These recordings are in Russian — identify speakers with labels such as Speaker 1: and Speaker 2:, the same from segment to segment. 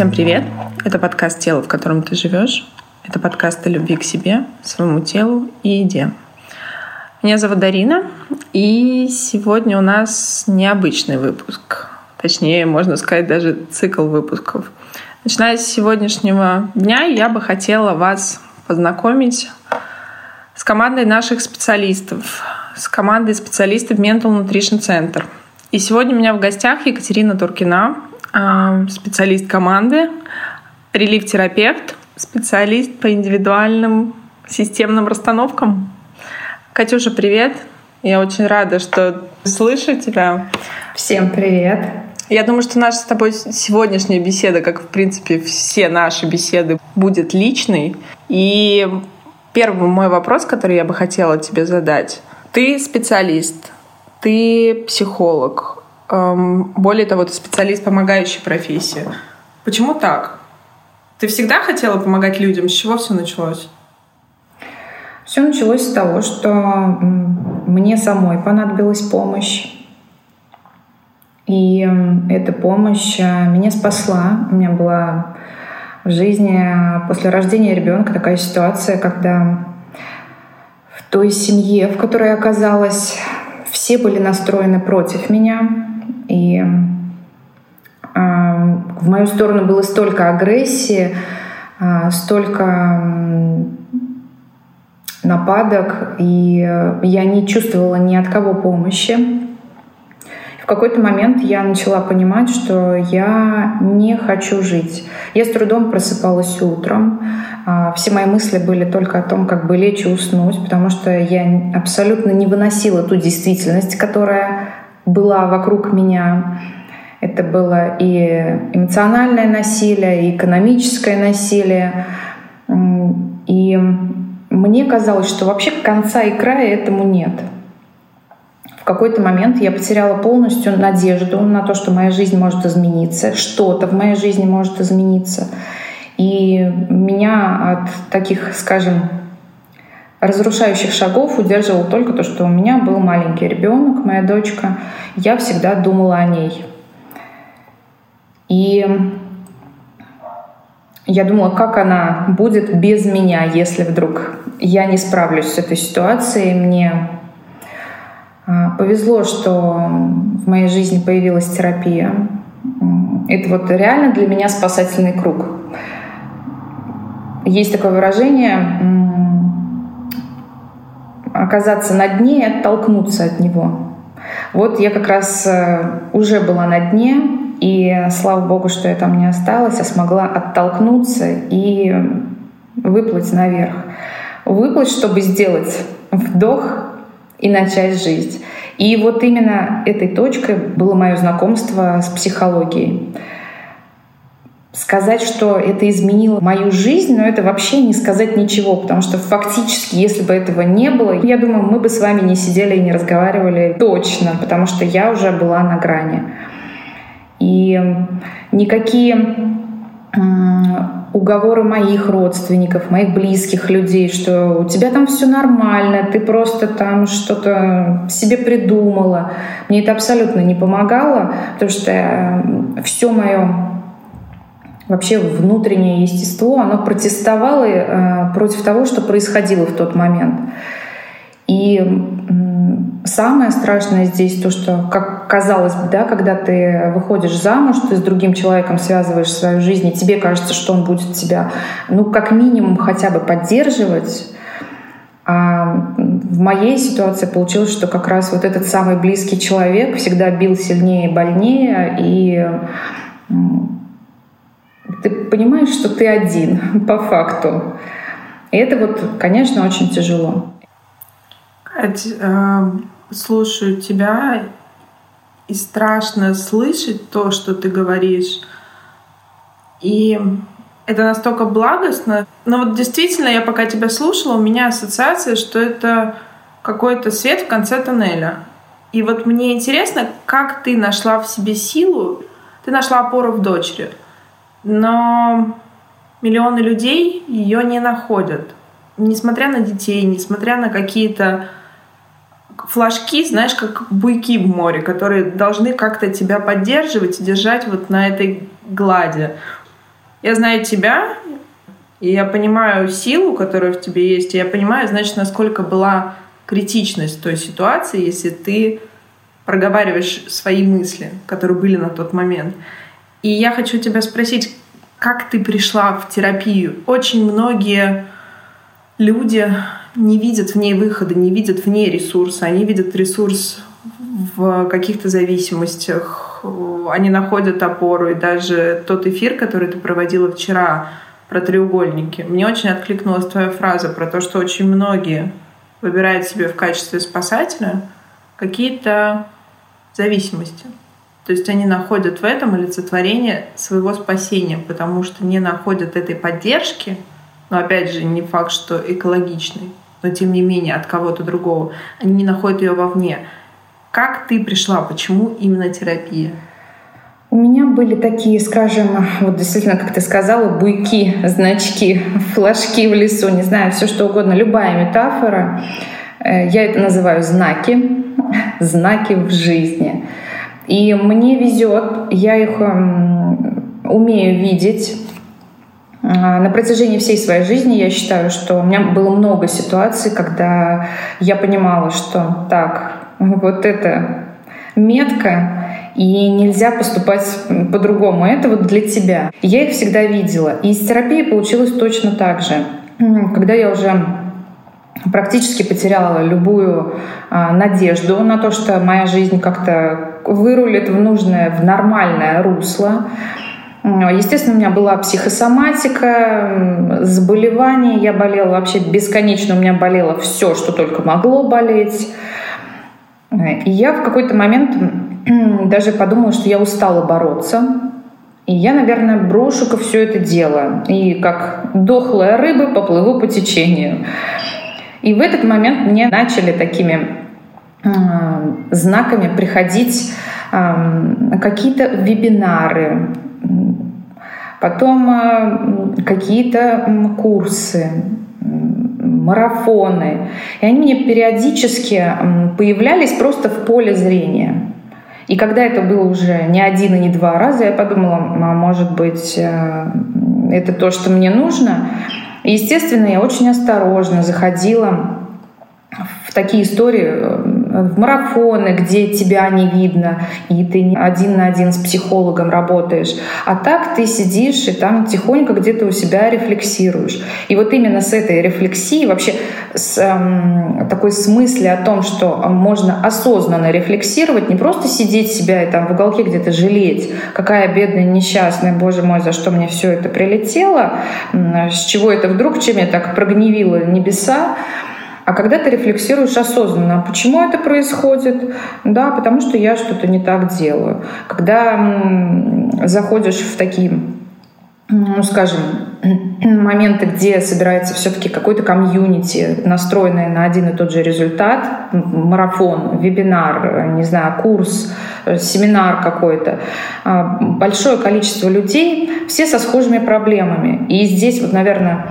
Speaker 1: Всем привет! Это подкаст «Тело, в котором ты живешь». Это подкаст о любви к себе, своему телу и еде. Меня зовут Дарина, и сегодня у нас необычный выпуск. Точнее, можно сказать, даже цикл выпусков. Начиная с сегодняшнего дня, я бы хотела вас познакомить с командой наших специалистов, с командой специалистов Mental Nutrition Center. И сегодня у меня в гостях Екатерина Туркина, специалист команды, релиф-терапевт, специалист по индивидуальным системным расстановкам. Катюша, привет! Я очень рада, что слышу тебя.
Speaker 2: Всем привет!
Speaker 1: Я думаю, что наша с тобой сегодняшняя беседа, как, в принципе, все наши беседы, будет личной. И первый мой вопрос, который я бы хотела тебе задать. Ты специалист, ты психолог. Более того, ты специалист помогающей профессии. Почему так? Ты всегда хотела помогать людям? С чего все началось?
Speaker 2: Все началось с того, что мне самой понадобилась помощь. И эта помощь меня спасла. У меня была в жизни после рождения ребенка такая ситуация, когда в той семье, в которой я оказалась, все были настроены против меня. И в мою сторону было столько агрессии, столько нападок, и я не чувствовала ни от кого помощи. В какой-то момент я начала понимать, что я не хочу жить. Я с трудом просыпалась утром. Все мои мысли были только о том, как бы лечь и уснуть, потому что я абсолютно не выносила ту действительность, которая была вокруг меня. Это было и эмоциональное насилие, и экономическое насилие. И мне казалось, что вообще конца и края этому нет. В какой-то момент я потеряла полностью надежду на то, что моя жизнь может измениться, что-то в моей жизни может измениться. И меня от таких, скажем, разрушающих шагов удерживало только то, что у меня был маленький ребенок, моя дочка. Я всегда думала о ней. И я думала, как она будет без меня, если вдруг я не справлюсь с этой ситуацией. Мне повезло, что в моей жизни появилась терапия. Это вот реально для меня спасательный круг. Есть такое выражение оказаться на дне и оттолкнуться от него. Вот я как раз уже была на дне, и слава богу, что я там не осталась, а смогла оттолкнуться и выплыть наверх. Выплыть, чтобы сделать вдох и начать жить. И вот именно этой точкой было мое знакомство с психологией. Сказать, что это изменило мою жизнь, но это вообще не сказать ничего, потому что фактически, если бы этого не было, я думаю, мы бы с вами не сидели и не разговаривали точно, потому что я уже была на грани. И никакие уговоры моих родственников, моих близких людей, что у тебя там все нормально, ты просто там что-то себе придумала, мне это абсолютно не помогало, потому что все мое вообще внутреннее естество, оно протестовало против того, что происходило в тот момент. И самое страшное здесь то, что, как казалось бы, да, когда ты выходишь замуж, ты с другим человеком связываешь свою жизнь, и тебе кажется, что он будет тебя, как минимум хотя бы поддерживать. А в моей ситуации получилось, что как раз вот этот самый близкий человек всегда бил сильнее и больнее, и ты понимаешь, что ты один по факту. И это вот, конечно, очень тяжело.
Speaker 1: Кать, слушаю тебя, и страшно слышать то, что ты говоришь. И это настолько благостно. Но вот действительно, я пока тебя слушала, у меня ассоциация, что это какой-то свет в конце тоннеля. И вот мне интересно, как ты нашла в себе силу, ты нашла опору в дочери. Но миллионы людей ее не находят. Несмотря на детей, несмотря на какие-то флажки, знаешь, как буйки в море, которые должны как-то тебя поддерживать и держать вот на этой глади. Я знаю тебя, и я понимаю силу, которая в тебе есть, и я понимаю, значит, насколько была критичность той ситуации, если ты проговариваешь свои мысли, которые были на тот момент. И я хочу тебя спросить, как ты пришла в терапию? Очень многие люди не видят в ней выхода, не видят в ней ресурса. Они видят ресурс в каких-то зависимостях, они находят опору. И даже тот эфир, который ты проводила вчера про треугольники, мне очень откликнулась твоя фраза про то, что очень многие выбирают себе в качестве спасателя какие-то зависимости. То есть они находят в этом олицетворение своего спасения, потому что не находят этой поддержки, но опять же не факт, что экологичной, но тем не менее от кого-то другого. Они не находят ее вовне. Как ты пришла? Почему именно терапия?
Speaker 2: У меня были такие, скажем, вот действительно, как ты сказала, буйки, значки, флажки в лесу, не знаю, все что угодно, любая метафора. Я это называю знаки, знаки в жизни. И мне везет, я их умею видеть. На протяжении всей своей жизни я считаю, что у меня было много ситуаций, когда я понимала, что так, вот это метка, и нельзя поступать по-другому. Это вот для тебя. И я их всегда видела. И с терапией получилось точно так же. Когда я уже практически потеряла любую надежду на то, что моя жизнь как-то вырулит в нужное, в нормальное русло. Естественно, у меня была психосоматика, заболевания. Я болела вообще бесконечно. У меня болело все, что только могло болеть. И я в какой-то момент даже подумала, что я устала бороться. И я, наверное, брошу-ка все это дело. И как дохлая рыба поплыву по течению. И в этот момент мне начали такими знаками приходить какие-то вебинары, потом какие-то курсы, марафоны. И они мне периодически появлялись просто в поле зрения. И когда это было уже не один и не два раза, я подумала, может быть, это то, что мне нужно. И, естественно, я очень осторожно заходила в такие истории, в марафоны, где тебя не видно, и ты один на один с психологом работаешь. А так ты сидишь и там тихонько где-то у себя рефлексируешь. И вот именно с этой рефлексией, вообще с такой смысле о том, что можно осознанно рефлексировать, не просто сидеть себя и там в уголке где-то жалеть, какая бедная, несчастная, боже мой, за что мне все это прилетело, с чего это вдруг, чем я так прогневила небеса. А когда ты рефлексируешь осознанно, почему это происходит? Да, потому что я что-то не так делаю. Когда заходишь в такие, скажем, моменты, где собирается все-таки какой-то комьюнити, настроенный на один и тот же результат, марафон, вебинар, не знаю, курс, семинар какой-то, большое количество людей, все со схожими проблемами. И здесь вот, наверное,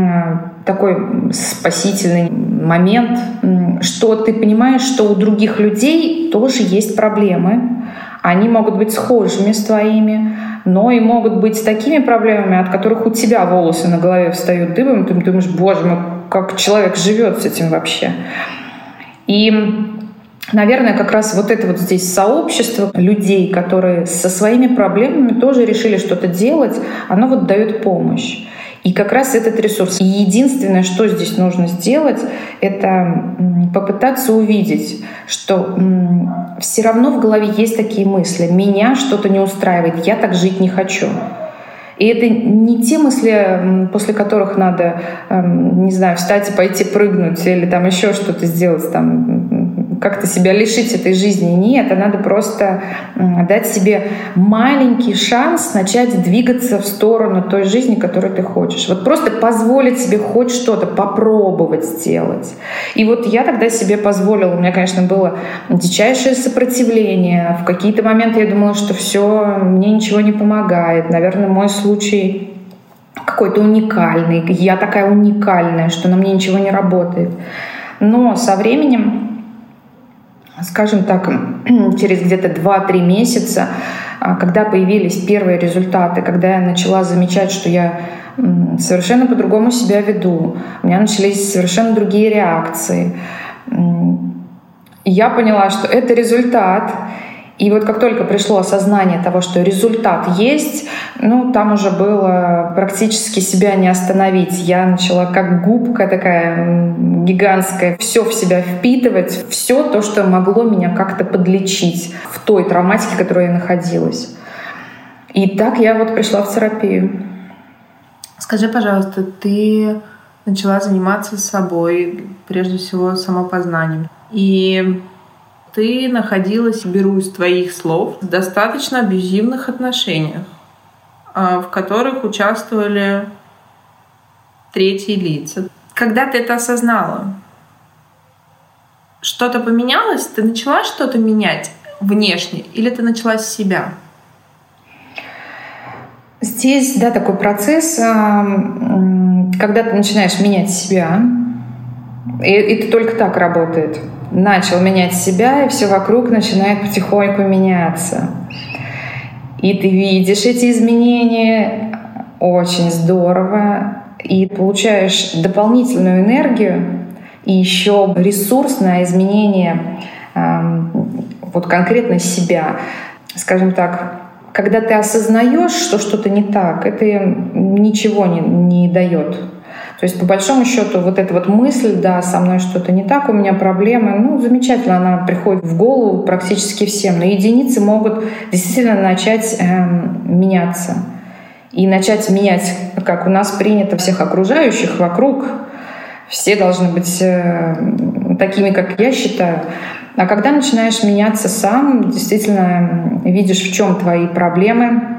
Speaker 2: такой спасительный момент, что ты понимаешь, что у других людей тоже есть проблемы. Они могут быть схожими с твоими, но и могут быть такими проблемами, от которых у тебя волосы на голове встают дыбом, и ты думаешь, боже мой, как человек живет с этим вообще. И, наверное, как раз вот это вот здесь сообщество людей, которые со своими проблемами тоже решили что-то делать, оно вот дает помощь. И как раз этот ресурс. И единственное, что здесь нужно сделать, это попытаться увидеть, что все равно в голове есть такие мысли. Меня что-то не устраивает, я так жить не хочу. И это не те мысли, после которых надо, не знаю, встать и пойти прыгнуть или там еще что-то сделать, там, как-то себя лишить этой жизни. Нет, а надо просто дать себе маленький шанс начать двигаться в сторону той жизни, которую ты хочешь. Вот просто позволить себе хоть что-то попробовать сделать. И вот я тогда себе позволила. У меня, конечно, было дичайшее сопротивление. В какие-то моменты я думала, что все, мне ничего не помогает. Наверное, мой случай какой-то уникальный. Я такая уникальная, что на мне ничего не работает. Но со временем, скажем так, через где-то 2-3 месяца когда появились первые результаты, когда я начала замечать, что я совершенно по-другому себя веду, у меня начались совершенно другие реакции, я поняла, что это результат. И вот как только пришло осознание того, что результат есть, там уже было практически себя не остановить. Я начала как губка такая гигантская все в себя впитывать, все то, что могло меня как-то подлечить в той травматике, в которой я находилась. И так я вот пришла в терапию.
Speaker 1: Скажи, пожалуйста, ты начала заниматься собой, прежде всего самопознанием. И ты находилась, беру из твоих слов, в достаточно абьюзивных отношениях, в которых участвовали третьи лица. Когда ты это осознала, что-то поменялось? Ты начала что-то менять внешне или ты начала с себя?
Speaker 2: Здесь, такой процесс, когда ты начинаешь менять себя, и это только так работает. Начал менять себя, и все вокруг начинает потихоньку меняться. И ты видишь эти изменения, очень здорово, и получаешь дополнительную энергию и еще ресурс на изменение вот конкретно себя. Скажем так, когда ты осознаешь, что что-то не так, это ничего не дает. То есть, по большому счету, вот эта вот мысль, со мной что-то не так, у меня проблемы, замечательно, она приходит в голову практически всем. Но единицы могут действительно начать меняться. И начать менять, как у нас принято, всех окружающих вокруг. Все должны быть такими, как я считаю. А когда начинаешь меняться сам, действительно видишь, в чем твои проблемы,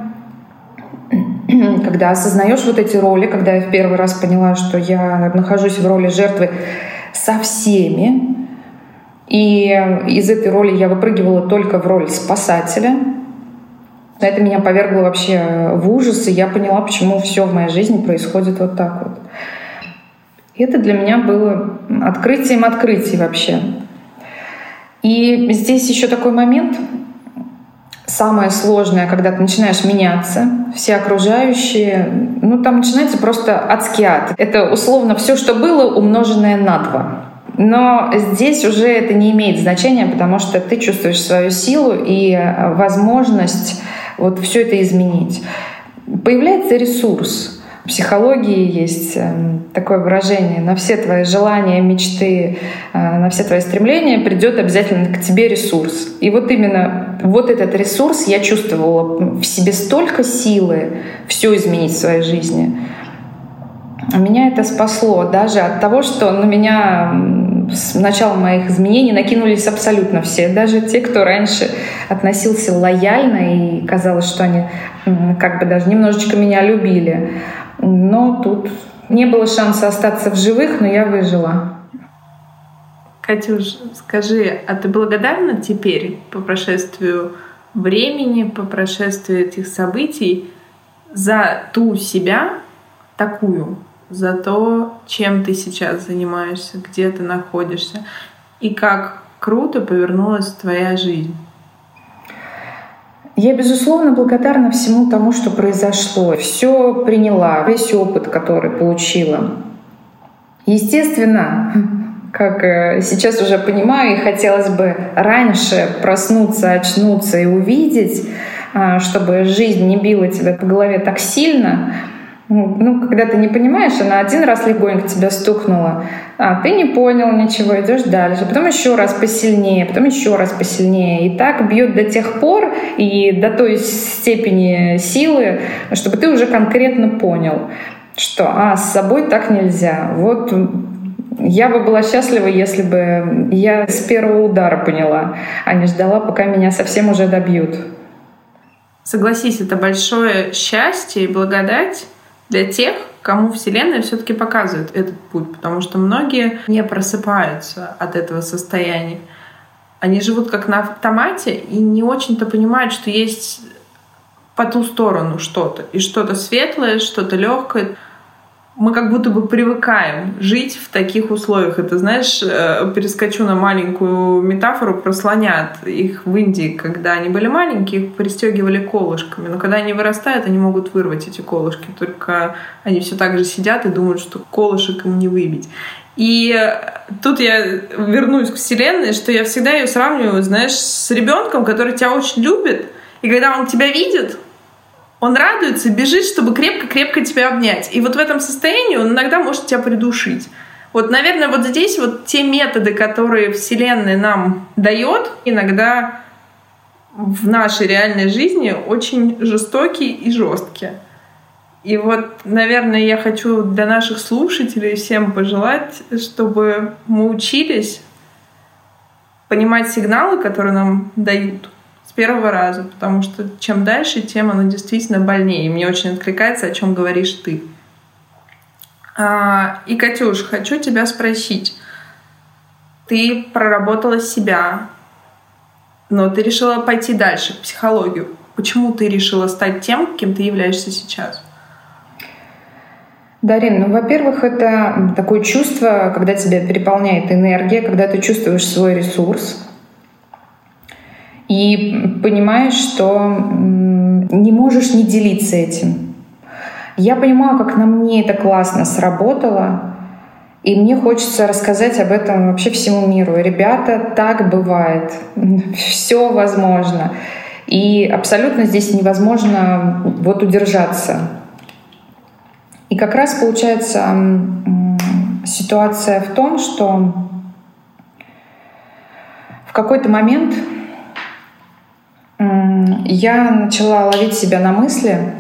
Speaker 2: когда осознаешь вот эти роли, когда я в первый раз поняла, что я нахожусь в роли жертвы со всеми, и из этой роли я выпрыгивала только в роль спасателя, это меня повергло вообще в ужас, и я поняла, почему все в моей жизни происходит вот так вот. И это для меня было открытием открытий вообще. И здесь еще такой момент. Самое сложное, когда ты начинаешь меняться, все окружающие, там начинается просто адский ад. Это условно все, что было, умноженное на 2. Но здесь уже это не имеет значения, потому что ты чувствуешь свою силу и возможность вот все это изменить. Появляется ресурс. В психологии есть такое выражение: на все твои желания, мечты, на все твои стремления придет обязательно к тебе ресурс. И вот именно вот этот ресурс я чувствовала в себе столько силы все изменить в своей жизни. А меня это спасло даже от того, что на меня с начала моих изменений накинулись абсолютно все. Даже те, кто раньше относился лояльно и казалось, что они как бы даже немножечко меня любили. Но тут не было шанса остаться в живых, но я выжила.
Speaker 1: Катюш, скажи, а ты благодарна теперь, по прошествию времени, по прошествию этих событий, за ту себя такую, за то, чем ты сейчас занимаешься, где ты находишься, и как круто повернулась твоя жизнь?
Speaker 2: Я, безусловно, благодарна всему тому, что произошло. Все приняла, весь опыт, который получила. Естественно, как сейчас уже понимаю, и хотелось бы раньше проснуться, очнуться и увидеть, чтобы жизнь не била тебя по голове так сильно. Когда ты не понимаешь, она один раз легонько тебя стукнула, ты не понял ничего, идешь дальше, потом еще раз посильнее, потом еще раз посильнее. И так бьет до тех пор и до той степени силы, чтобы ты уже конкретно понял, что с собой так нельзя. Вот я бы была счастлива, если бы я с первого удара поняла, а не ждала, пока меня совсем уже добьют.
Speaker 1: Согласись, это большое счастье и благодать для тех, кому Вселенная все-таки показывает этот путь, потому что многие не просыпаются от этого состояния. Они живут как на автомате и не очень-то понимают, что есть по ту сторону что-то. И что-то светлое, что-то легкое. мы как будто бы привыкаем жить в таких условиях. Это, знаешь, перескочу на маленькую метафору про слонят. Их в Индии, когда они были маленькие, их пристегивали колышками. Но когда они вырастают, они могут вырвать эти колышки. Только они все так же сидят и думают, что колышек им не выбить. И тут я вернусь к Вселенной, что я всегда ее сравниваю, знаешь, с ребенком, который тебя очень любит. И когда он тебя видит, он радуется, бежит, чтобы крепко-крепко тебя обнять. И вот в этом состоянии он иногда может тебя придушить. Вот, наверное, вот здесь вот те методы, которые Вселенная нам дает, иногда в нашей реальной жизни очень жестокие и жесткие. И вот, наверное, я хочу для наших слушателей всем пожелать, чтобы мы учились понимать сигналы, которые нам дают, с первого раза, потому что чем дальше, тем оно действительно больнее. И мне очень откликается, о чем говоришь ты. И, Катюш, хочу тебя спросить. Ты проработала себя, но ты решила пойти дальше, в психологию. Почему ты решила стать тем, кем ты являешься сейчас?
Speaker 2: Дарин, во-первых, это такое чувство, когда тебя переполняет энергия, когда ты чувствуешь свой ресурс, и понимаешь, что не можешь не делиться этим. Я понимаю, как на мне это классно сработало, и мне хочется рассказать об этом вообще всему миру. Ребята, так бывает. Все возможно. И абсолютно здесь невозможно вот удержаться. И как раз получается ситуация в том, что в какой-то момент я начала ловить себя на мысли,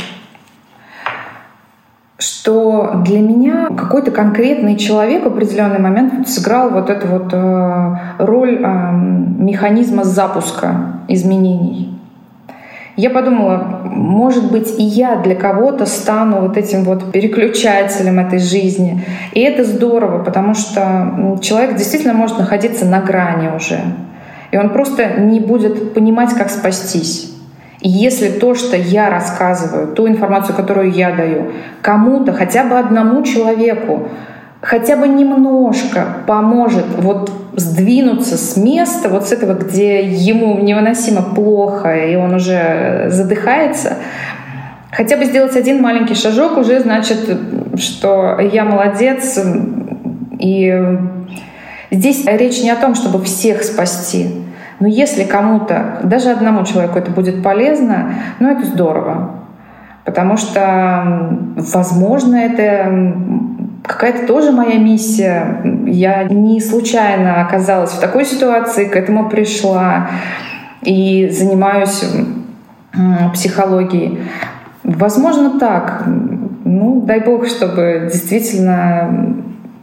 Speaker 2: что для меня какой-то конкретный человек в определенный момент сыграл вот эту вот роль механизма запуска изменений. Я подумала, может быть, и я для кого-то стану вот этим вот переключателем этой жизни. И это здорово, потому что человек действительно может находиться на грани уже. И он просто не будет понимать, как спастись. И если то, что я рассказываю, ту информацию, которую я даю, кому-то, хотя бы одному человеку, хотя бы немножко поможет вот сдвинуться с места, вот с этого, где ему невыносимо плохо, и он уже задыхается, хотя бы сделать один маленький шажок уже значит, что я молодец. И здесь речь не о том, чтобы всех спасти. Но если кому-то, даже одному человеку это будет полезно, это здорово. Потому что, возможно, это какая-то тоже моя миссия. Я не случайно оказалась в такой ситуации, к этому пришла и занимаюсь психологией. Возможно, так. Дай бог, чтобы действительно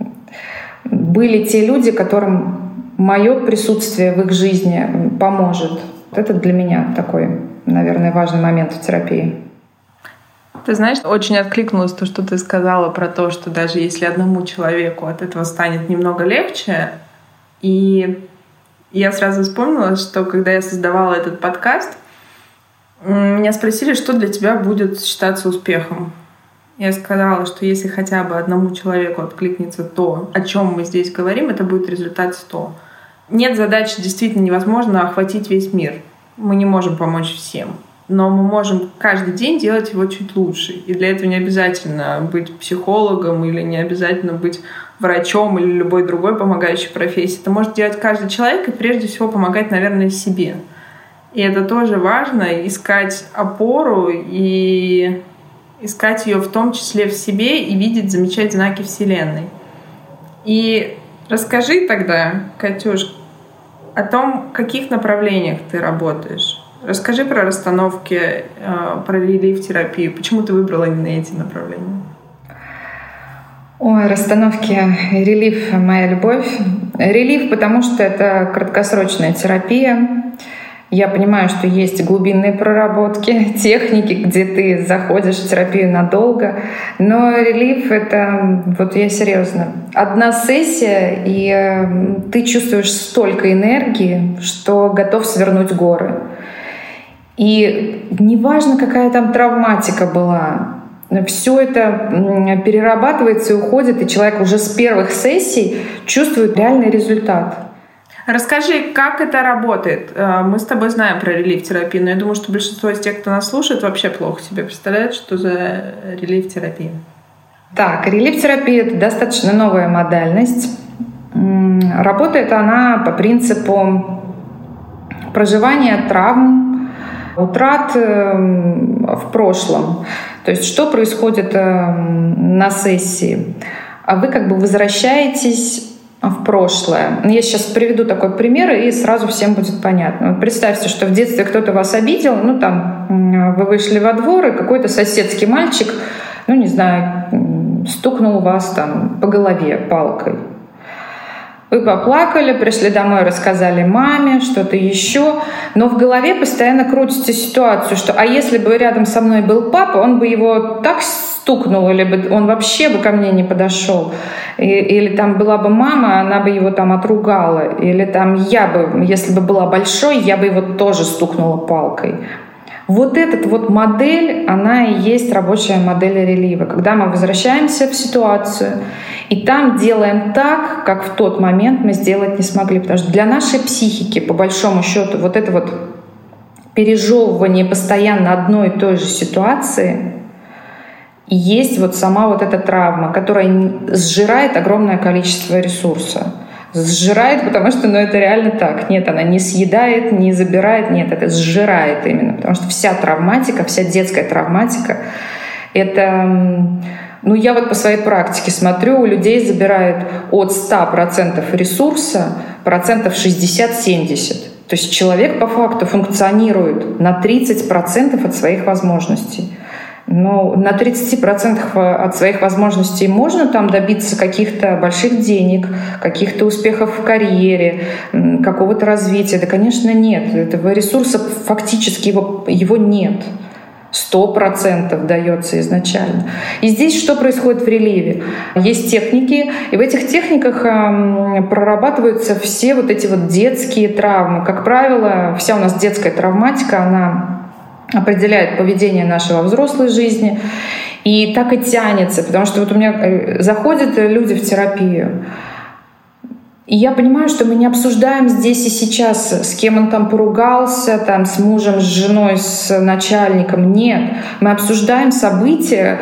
Speaker 2: были те люди, которым мое присутствие в их жизни поможет. Это для меня такой, наверное, важный момент в терапии.
Speaker 1: Ты знаешь, очень откликнулось то, что ты сказала про то, что даже если одному человеку от этого станет немного легче. И я сразу вспомнила, что когда я создавала этот подкаст, меня спросили, что для тебя будет считаться успехом. Я сказала, что если хотя бы одному человеку откликнется то, о чем мы здесь говорим, это будет результат 100. Нет задачи, действительно невозможно охватить весь мир. Мы не можем помочь всем. Но мы можем каждый день делать его чуть лучше. И для этого не обязательно быть психологом или не обязательно быть врачом или любой другой помогающей профессией. Это может делать каждый человек и прежде всего помогать, наверное, себе. И это тоже важно, искать опору и искать ее в том числе в себе и видеть, замечать знаки Вселенной. И расскажи тогда, Катюш, о том, в каких направлениях ты работаешь. Расскажи про расстановки, про релиф-терапию. Почему ты выбрала именно эти направления?
Speaker 2: Ой, расстановки, релиф — моя любовь. Релиф, потому что это краткосрочная терапия. Я понимаю, что есть глубинные проработки, техники, где ты заходишь в терапию надолго. Но релиф — это, вот я серьезно, одна сессия, и ты чувствуешь столько энергии, что готов свернуть горы. И неважно, какая там травматика была, все это перерабатывается и уходит, и человек уже с первых сессий чувствует реальный результат.
Speaker 1: Расскажи, как это работает? Мы с тобой знаем про релиф-терапию, но я думаю, что большинство из тех, кто нас слушает, вообще плохо себе представляют, что за релиф-терапия.
Speaker 2: Так, релиф-терапия — это достаточно новая модальность. Работает она по принципу проживания травм, утрат в прошлом. То есть что происходит на сессии? Вы как бы возвращаетесь в прошлое. Я сейчас приведу такой пример, и сразу всем будет понятно. Вот представьте, что в детстве кто-то вас обидел, вы вышли во двор, и какой-то соседский мальчик, стукнул вас по голове палкой. Вы поплакали, пришли домой, рассказали маме, что-то еще, но в голове постоянно крутится ситуацию, что если бы рядом со мной был папа, он бы его так стукнул, или бы он вообще бы ко мне не подошел, или там была бы мама, она бы его отругала, или я бы, если бы была большой, я бы его тоже стукнула палкой. Вот эта модель, она и есть рабочая модель релива, когда мы возвращаемся в ситуацию и там делаем так, как в тот момент мы сделать не смогли. Потому что для нашей психики, по большому счету, это пережевывание постоянно одной и той же ситуации и есть сама эта травма, которая сжирает огромное количество ресурса. Сжирает, потому что это реально так. Нет, она не съедает, не забирает, нет, это сжирает именно. Потому что вся травматика, вся детская травматика, это... я по своей практике смотрю, у людей забирает от 100% ресурса 60-70%. То есть человек по факту функционирует на 30% от своих возможностей. Но на 30% от своих возможностей можно добиться каких-то больших денег, каких-то успехов в карьере, какого-то развития. Да, конечно, нет. Этого ресурса фактически его нет. 100% дается изначально. И здесь что происходит в реливе? Есть техники, и в этих техниках прорабатываются все эти детские травмы. Как правило, вся у нас детская травматика, она определяет поведение нашего взрослой жизни. И так и тянется, потому что у меня заходят люди в терапию, и я понимаю, что мы не обсуждаем здесь и сейчас, с кем он поругался, с мужем, с женой, с начальником. Нет, мы обсуждаем события,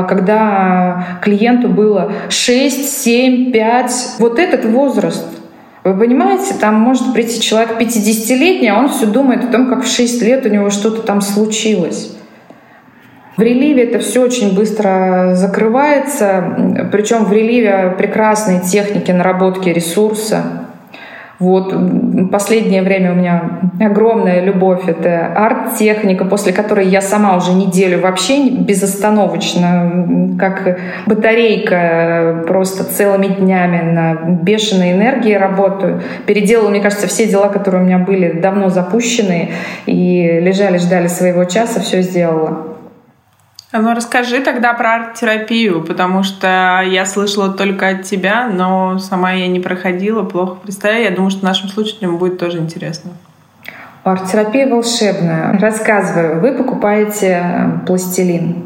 Speaker 2: когда клиенту было 6, 7, 5. Этот возраст. Вы понимаете, там может прийти человек 50-летний, а он все думает о том, как в 6 лет у него что-то случилось. В реливе это все очень быстро закрывается, причем в реливе прекрасные техники наработки ресурса. Последнее время у меня огромная любовь — это арт-техника, после которой я сама уже неделю вообще безостановочно, как батарейка, просто целыми днями на бешеной энергии работаю. Переделала, мне кажется, все дела, которые у меня были давно запущены и лежали, ждали своего часа, все сделала.
Speaker 1: Расскажи тогда про арт-терапию, потому что я слышала только от тебя, но сама я не проходила, плохо представляю. Я думаю, что нашим слушателям будет тоже интересно.
Speaker 2: Арт-терапия волшебная. Рассказываю. Вы покупаете пластилин.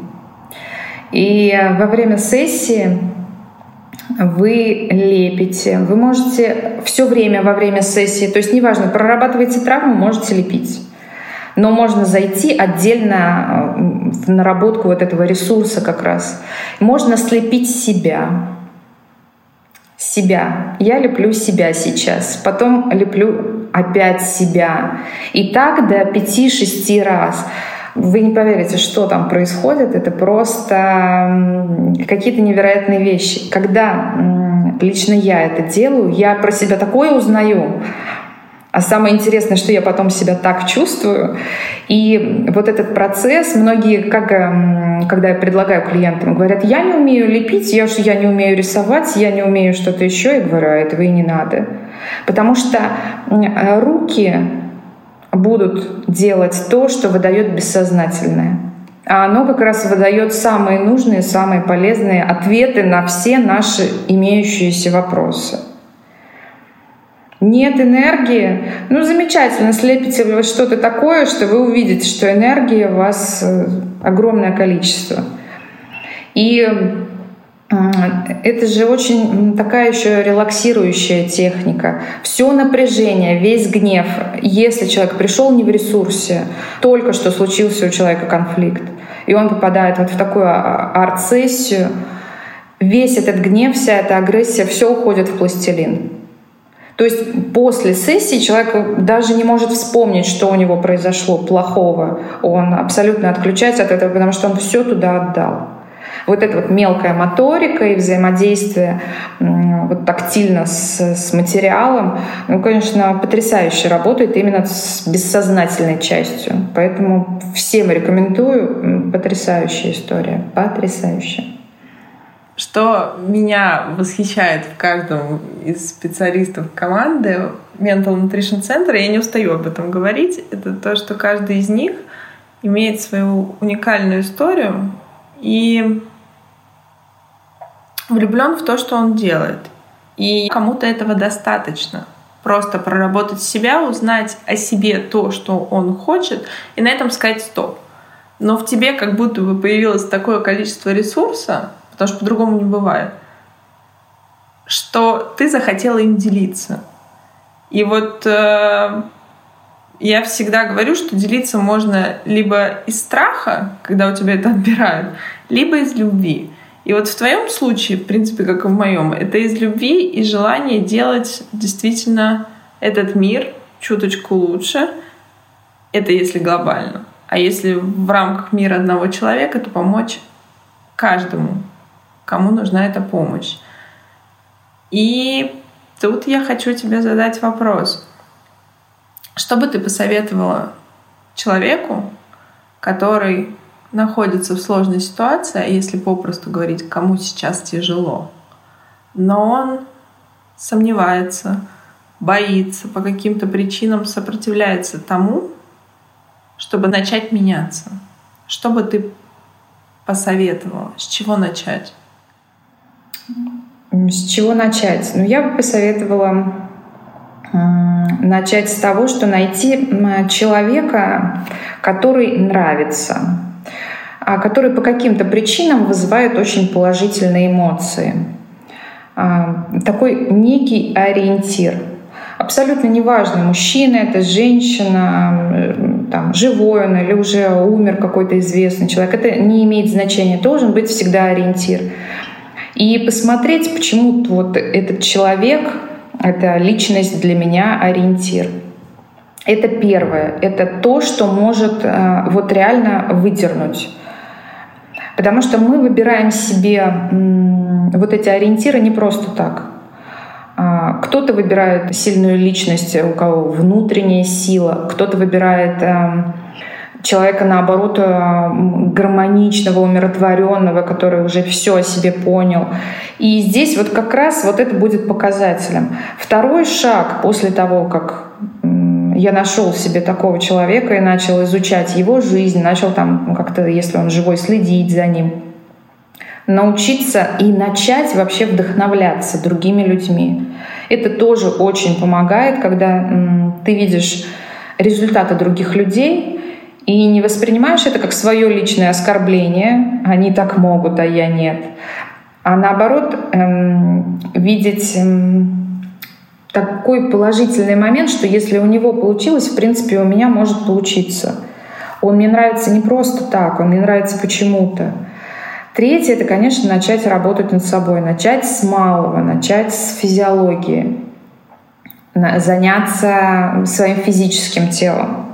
Speaker 2: И во время сессии вы лепите. Вы можете все время во время сессии, то есть неважно, прорабатываете травму, можете лепить. Но можно зайти отдельно в наработку этого ресурса как раз. Можно слепить себя. Себя. Я леплю себя сейчас. Потом леплю опять себя. И так до 5-6 раз. Вы не поверите, что там происходит. Это просто какие-то невероятные вещи. Когда лично я это делаю, я про себя такое узнаю. А самое интересное, что я потом себя так чувствую. И этот процесс, многие, когда я предлагаю клиентам, говорят: я не умею лепить, я не умею рисовать, я не умею что-то еще. Я говорю: а этого и не надо. Потому что руки будут делать то, что выдает бессознательное. А оно как раз выдает самые нужные, самые полезные ответы на все наши имеющиеся вопросы. Нет энергии? Замечательно, слепите вы что-то такое, что вы увидите, что энергии у вас огромное количество. И это же очень такая еще релаксирующая техника. Все напряжение, весь гнев, если человек пришел не в ресурсе, только что случился у человека конфликт, и он попадает вот в такую арт-сессию, весь этот гнев, вся эта агрессия, все уходит в пластилин. То есть после сессии человек даже не может вспомнить, что у него произошло плохого. Он абсолютно отключается от этого, потому что он все туда отдал. Вот эта вот мелкая моторика и взаимодействие вот тактильно с материалом, конечно, потрясающе работает именно с бессознательной частью. Поэтому всем рекомендую. Потрясающая история. Потрясающая.
Speaker 1: Что меня восхищает в каждом из специалистов команды Mental Nutrition Center, я не устаю об этом говорить, это то, что каждый из них имеет свою уникальную историю и влюблен в то, что он делает. И кому-то этого достаточно. Просто проработать себя, узнать о себе то, что он хочет, и на этом сказать «стоп». Но в тебе как будто бы появилось такое количество ресурса, потому что по-другому не бывает, что ты захотела им делиться. И вот я всегда говорю, что делиться можно либо из страха, когда у тебя это отбирают, либо из любви. И вот в твоем случае, в принципе, как и в моем, это из любви и желания делать действительно этот мир чуточку лучше. Это если глобально. А если в рамках мира одного человека, то помочь каждому, кому нужна эта помощь. И тут я хочу тебе задать вопрос. Что бы ты посоветовала человеку, который находится в сложной ситуации, если попросту говорить, кому сейчас тяжело, но он сомневается, боится, по каким-то причинам сопротивляется тому, чтобы начать меняться? Что бы ты посоветовала? С чего начать?
Speaker 2: С чего начать? Я бы посоветовала начать с того, что найти человека, который нравится, который по каким-то причинам вызывает очень положительные эмоции. Такой некий ориентир. Абсолютно неважно, мужчина это, женщина, там, живой он или уже умер какой-то известный человек. Это не имеет значения. Должен быть всегда ориентир. И посмотреть, почему вот этот человек, эта личность для меня ориентир. Это первое. Это то, что может вот реально выдернуть. Потому что мы выбираем себе вот эти ориентиры не просто так. Кто-то выбирает сильную личность, у кого внутренняя сила, кто-то выбирает человека, наоборот, гармоничного, умиротворенного, который уже все о себе понял. И здесь вот как раз вот это будет показателем. Второй шаг после того, как я нашел в себе такого человека и начал изучать его жизнь, начал там как-то, если он живой, следить за ним, научиться и начать вообще вдохновляться другими людьми. Это тоже очень помогает, когда ты видишь результаты других людей и не воспринимаешь это как свое личное оскорбление. Они так могут, а я нет. А наоборот, видеть такой положительный момент, что если у него получилось, в принципе, у меня может получиться. Он мне нравится не просто так, он мне нравится почему-то. Третье — это, конечно, начать работать над собой, начать с малого, начать с физиологии, заняться своим физическим телом.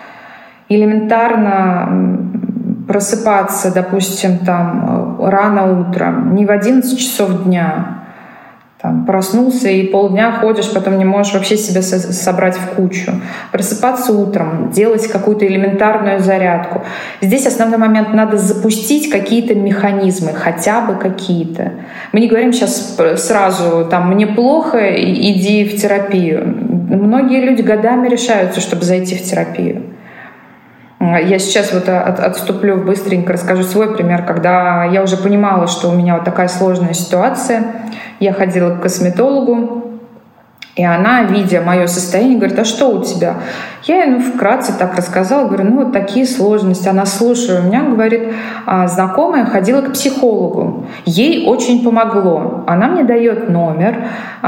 Speaker 2: Элементарно просыпаться, допустим, там, рано утром, не в 11 часов дня. Там, проснулся и полдня ходишь, потом не можешь вообще себя собрать в кучу. Просыпаться утром, делать какую-то элементарную зарядку. Здесь основной момент — надо запустить какие-то механизмы, хотя бы какие-то. Мы не говорим сейчас сразу, там, мне плохо, иди в терапию. Многие люди годами решаются, чтобы зайти в терапию. Я сейчас вот отступлю, быстренько расскажу свой пример, когда я уже понимала, что у меня вот такая сложная ситуация. Я ходила к косметологу, И она, видя мое состояние, говорит: а что у тебя? Я ей вкратце так рассказала, говорю: вот такие сложности. Она: слушай, у меня, говорит, знакомая ходила к психологу. Ей очень помогло. Она мне дает номер,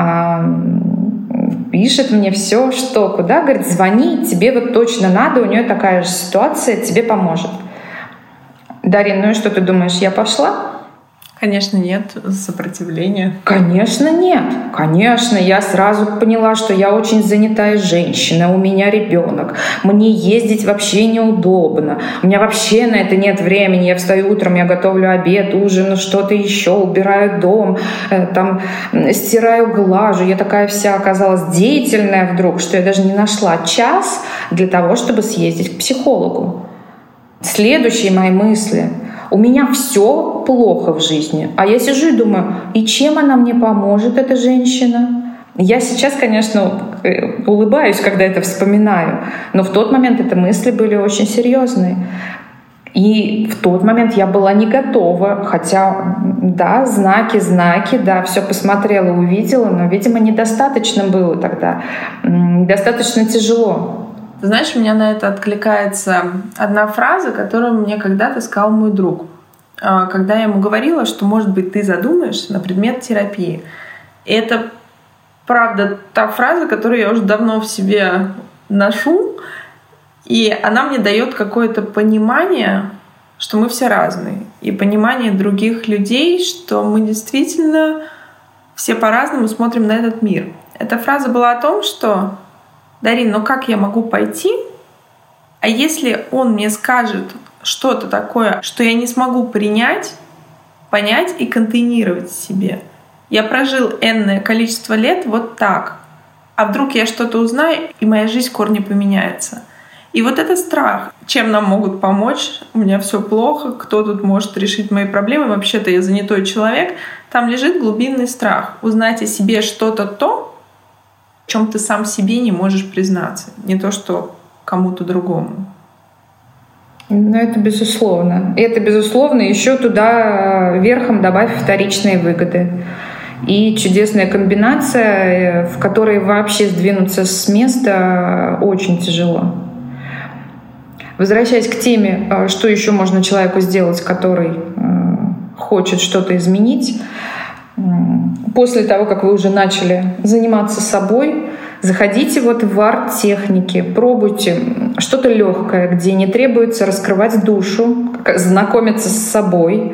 Speaker 2: пишет мне все, что, куда, говорит: звони, тебе вот точно надо, у нее такая же ситуация, тебе поможет. Дарин, ну и что ты думаешь, я пошла?
Speaker 1: Конечно, нет сопротивления.
Speaker 2: Конечно, нет. Конечно, я сразу поняла, что я очень занятая женщина, у меня ребенок, мне ездить вообще неудобно, у меня вообще на это нет времени. Я встаю утром, я готовлю обед, ужин, что-то еще, убираю дом, там стираю, глажу. Я такая вся оказалась деятельная вдруг, что я даже не нашла час для того, чтобы съездить к психологу. Следующие мои мысли: у меня все плохо в жизни. А я сижу и думаю: и чем она мне поможет, эта женщина? Я сейчас, конечно, улыбаюсь, когда это вспоминаю, но в тот момент эти мысли были очень серьезные. И в тот момент я была не готова, хотя, да, знаки, да, все посмотрела, увидела, но, видимо, недостаточно было тогда, недостаточно тяжело.
Speaker 1: Знаешь, у меня на это откликается одна фраза, которую мне когда-то сказал мой друг. Когда я ему говорила, что, может быть, ты задумаешься на предмет терапии. И это, правда, та фраза, которую я уже давно в себе ношу, и она мне дает какое-то понимание, что мы все разные, и понимание других людей, что мы действительно все по-разному смотрим на этот мир. Эта фраза была о том, что: Дарин, ну как я могу пойти, а если он мне скажет что-то такое, что я не смогу принять, понять и контейнировать в себе? Я прожил энное количество лет вот так, а вдруг я что-то узнаю, и моя жизнь в корне поменяется. И вот это страх. Чем нам могут помочь? У меня все плохо, кто тут может решить мои проблемы? Вообще-то я занятой человек. Там лежит глубинный страх. Узнать о себе что-то то, в чем ты сам себе не можешь признаться. Не то, что кому-то другому.
Speaker 2: Ну, это безусловно. И это, безусловно, еще туда верхом добавь вторичные выгоды. И чудесная комбинация, в которой вообще сдвинуться с места очень тяжело. Возвращаясь к теме, что еще можно человеку сделать, который хочет что-то изменить, после того, как вы уже начали заниматься собой, заходите вот в арт-техники, пробуйте что-то легкое, где не требуется раскрывать душу, знакомиться с собой,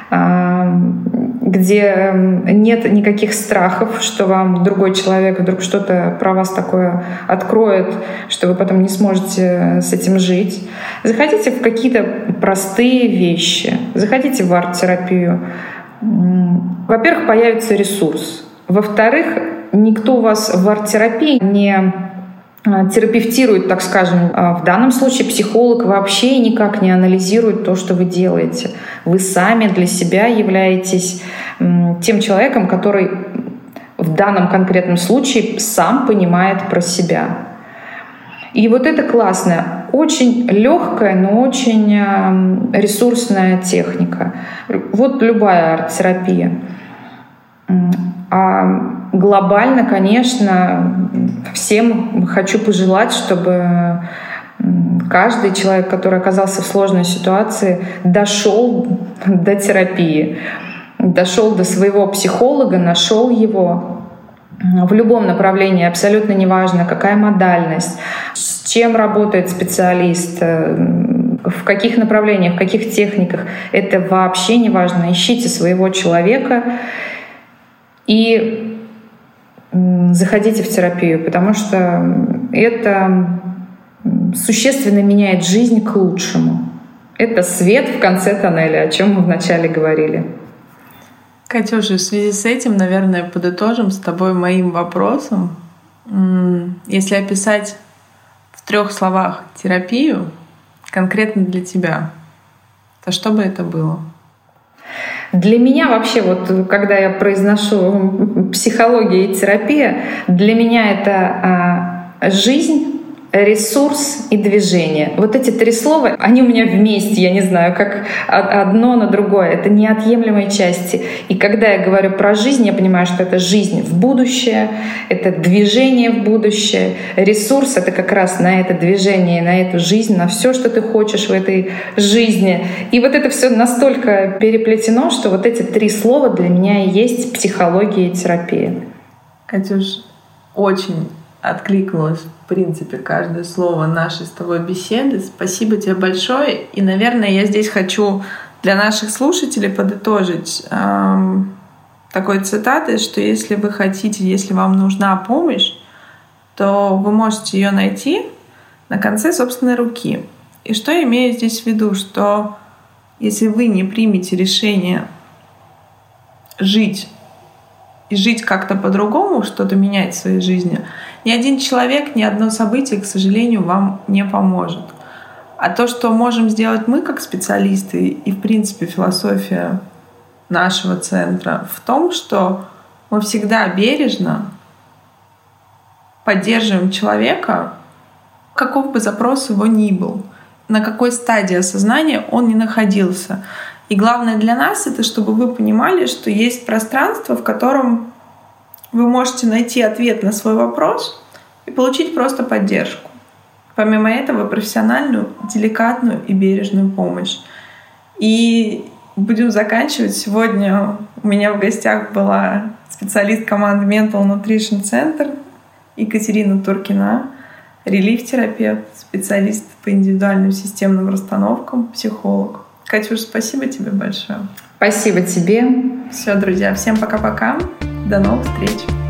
Speaker 2: где нет никаких страхов, что вам другой человек вдруг что-то про вас такое откроет, что вы потом не сможете с этим жить. Заходите в какие-то простые вещи, заходите в арт-терапию. Во-первых, появится ресурс. Во-вторых, никто вас в арт-терапии не терапевтирует, так скажем. В данном случае психолог вообще никак не анализирует то, что вы делаете. Вы сами для себя являетесь тем человеком, который в данном конкретном случае сам понимает про себя. И вот это классная, очень легкая, но очень ресурсная техника. Вот любая арт-терапия. А глобально, конечно, всем хочу пожелать, чтобы каждый человек, который оказался в сложной ситуации, дошел до терапии, дошел до своего психолога, нашел его в любом направлении, абсолютно неважно, какая модальность, с чем работает специалист, в каких направлениях, в каких техниках. Это вообще не важно. Ищите своего человека и заходите в терапию, потому что это существенно меняет жизнь к лучшему. Это свет в конце тоннеля, о чем мы вначале говорили.
Speaker 1: Катюша, в связи с этим, наверное, подытожим с тобой моим вопросом. Если описать в 3 словах терапию конкретно для тебя, то что бы это было?
Speaker 2: Для меня вообще, вот когда я произношу психология и терапия, для меня это жизнь, ресурс и движение. Вот эти 3 слова, они у меня вместе, я не знаю, как одно на другое. Это неотъемлемые части. И когда я говорю про жизнь, я понимаю, что это жизнь в будущее, это движение в будущее. Ресурс — это как раз на это движение, на эту жизнь, на все, что ты хочешь в этой жизни. И вот это все настолько переплетено, что вот эти 3 слова для меня и есть психология и терапия.
Speaker 1: Катюш, очень откликнулось, в принципе, каждое слово нашей с тобой беседы. Спасибо тебе большое. И, наверное, я здесь хочу для наших слушателей подытожить такой цитатой, что если вы хотите, если вам нужна помощь, то вы можете ее найти на конце собственной руки. И что я имею здесь в виду? Что если вы не примете решение жить и жить как-то по-другому, что-то менять в своей жизни, ни один человек, ни одно событие, к сожалению, вам не поможет. А то, что можем сделать мы как специалисты и, в принципе, философия нашего центра в том, что мы всегда бережно поддерживаем человека, каков бы запрос его ни был, на какой стадии осознания он ни находился. И главное для нас — это чтобы вы понимали, что есть пространство, в котором вы можете найти ответ на свой вопрос и получить просто поддержку. Помимо этого, профессиональную, деликатную и бережную помощь. И будем заканчивать. Сегодня у меня в гостях была специалист команды Mental Nutrition Center Екатерина Туркина, релиф-терапевт, специалист по индивидуальным системным расстановкам, психолог. Катюш, спасибо тебе большое.
Speaker 2: Спасибо тебе.
Speaker 1: Все, друзья, всем пока-пока. До новых встреч.